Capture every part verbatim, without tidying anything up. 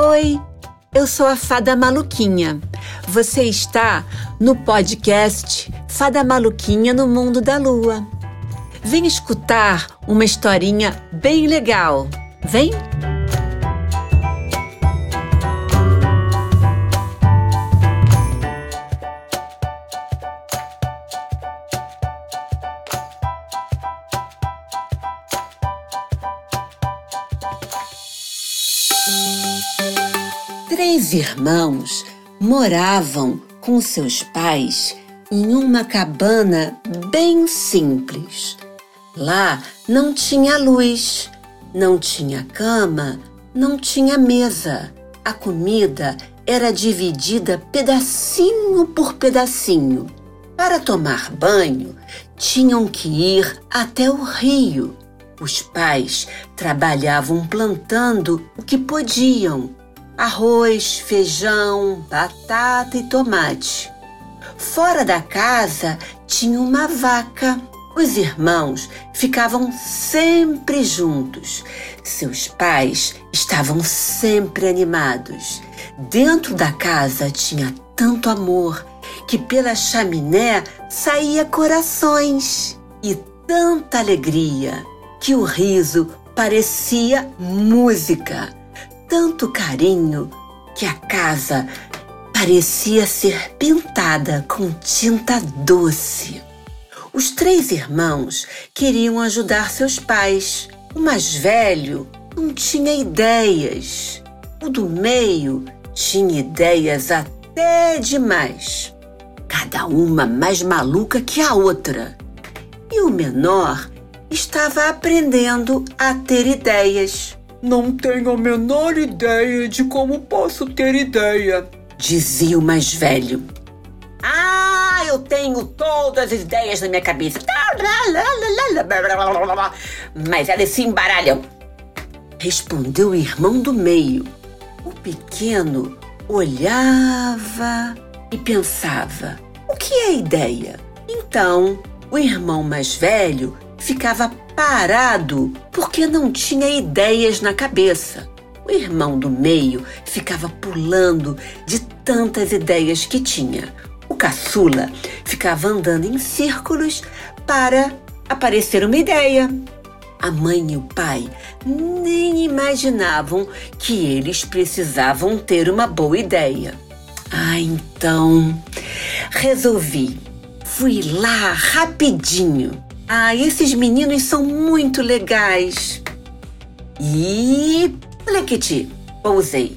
Oi, eu sou a Fada Maluquinha. Você está no podcast Fada Maluquinha no Mundo da Lua. Vem escutar uma historinha bem legal. Vem! Três irmãos moravam com seus pais em uma cabana bem simples. Lá não tinha luz, não tinha cama, não tinha mesa. A comida era dividida pedacinho por pedacinho. Para tomar banho, tinham que ir até o rio. Os pais trabalhavam plantando o que podiam: arroz, feijão, batata e tomate. Fora da casa tinha uma vaca. Os irmãos ficavam sempre juntos. Seus pais estavam sempre animados. Dentro da casa tinha tanto amor que pela chaminé saía corações e tanta alegria que o riso parecia música. Tanto carinho que a casa parecia ser pintada com tinta doce. Os três irmãos queriam ajudar seus pais. O mais velho não tinha ideias. O do meio tinha ideias até demais, cada uma mais maluca que a outra. E o menor estava aprendendo a ter ideias. Não tenho a menor ideia de como posso ter ideia, dizia o mais velho. Ah, eu tenho todas as ideias na minha cabeça. Mas elas se embaralham, respondeu o irmão do meio. O pequeno olhava e pensava: o que é ideia? Então, o irmão mais velho ficava parado porque não tinha ideias na cabeça. O irmão do meio ficava pulando de tantas ideias que tinha. O caçula ficava andando em círculos para aparecer uma ideia. A mãe e o pai nem imaginavam que eles precisavam ter uma boa ideia. Ah, então resolvi. Fui lá rapidinho. Ah, esses meninos são muito legais. E plequiti, pousei.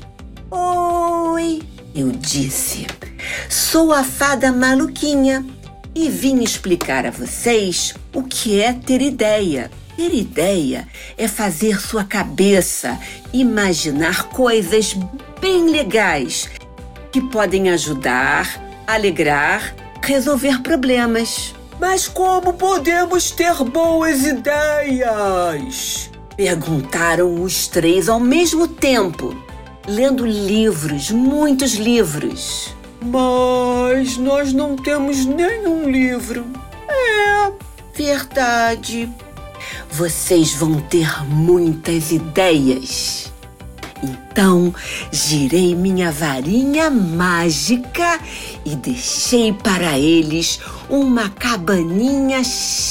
Oi, eu disse. Sou a Fada Maluquinha e vim explicar a vocês o que é ter ideia. Ter ideia é fazer sua cabeça imaginar coisas bem legais que podem ajudar, alegrar, resolver problemas. Mas como podemos ter boas ideias? Perguntaram os três ao mesmo tempo, lendo livros, muitos livros. Mas nós não temos nenhum livro. É verdade. Vocês vão ter muitas ideias. Então, girei minha varinha mágica e deixei para eles uma cabaninha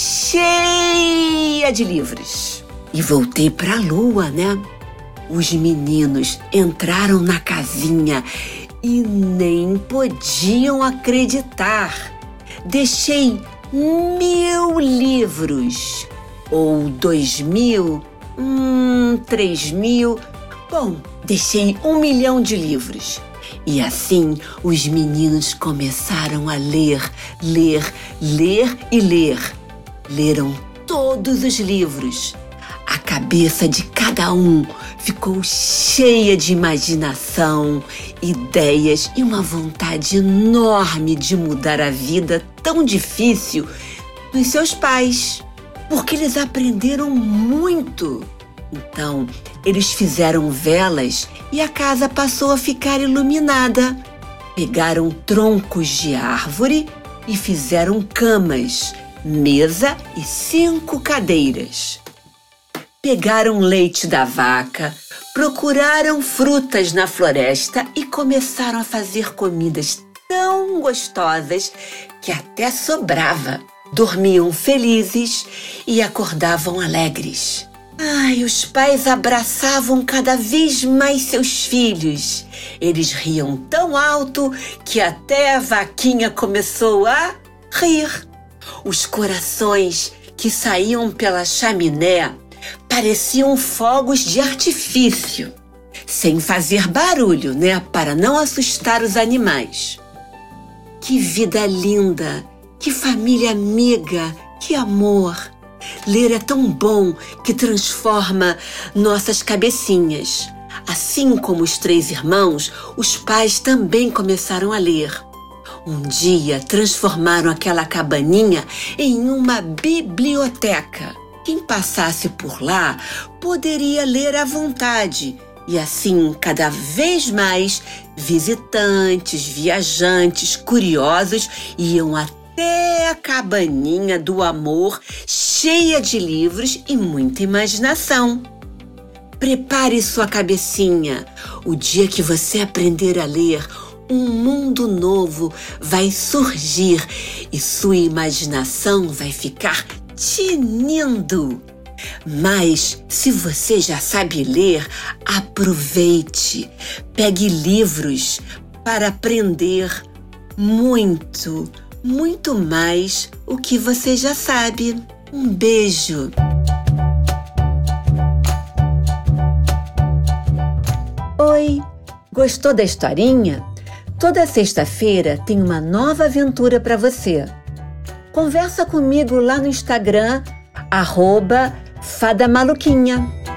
cheia de livros. E voltei para a lua, né? Os meninos entraram na casinha e nem podiam acreditar. Deixei mil livros. Ou dois mil, hum, três mil. Bom, deixei um milhão de livros. E assim, os meninos começaram a ler, ler, ler e ler. Leram todos os livros. A cabeça de cada um ficou cheia de imaginação, ideias e uma vontade enorme de mudar a vida tão difícil dos seus pais, porque eles aprenderam muito. Então, eles fizeram velas e a casa passou a ficar iluminada. Pegaram troncos de árvore e fizeram camas, mesa e cinco cadeiras. Pegaram leite da vaca, procuraram frutas na floresta e começaram a fazer comidas tão gostosas que até sobrava. Dormiam felizes e acordavam alegres. Ai, os pais abraçavam cada vez mais seus filhos. Eles riam tão alto que até a vaquinha começou a rir. Os corações que saíam pela chaminé pareciam fogos de artifício, sem fazer barulho, né, para não assustar os animais. Que vida linda, que família amiga, que amor! Ler é tão bom que transforma nossas cabecinhas. Assim como os três irmãos, os pais também começaram a ler. Um dia transformaram aquela cabaninha em uma biblioteca. Quem passasse por lá poderia ler à vontade. E assim, cada vez mais, visitantes, viajantes, curiosos iam até a cabaninha do amor, cheia de livros e muita imaginação. Prepare sua cabecinha. O dia que você aprender a ler, um mundo novo vai surgir e sua imaginação vai ficar tinindo. Mas, se você já sabe ler, aproveite. Pegue livros para aprender muito, muito mais o que você já sabe. Um beijo! Oi, gostou da historinha? Toda sexta-feira tem uma nova aventura para você. Conversa comigo lá no Instagram, arroba Fada Maluquinha.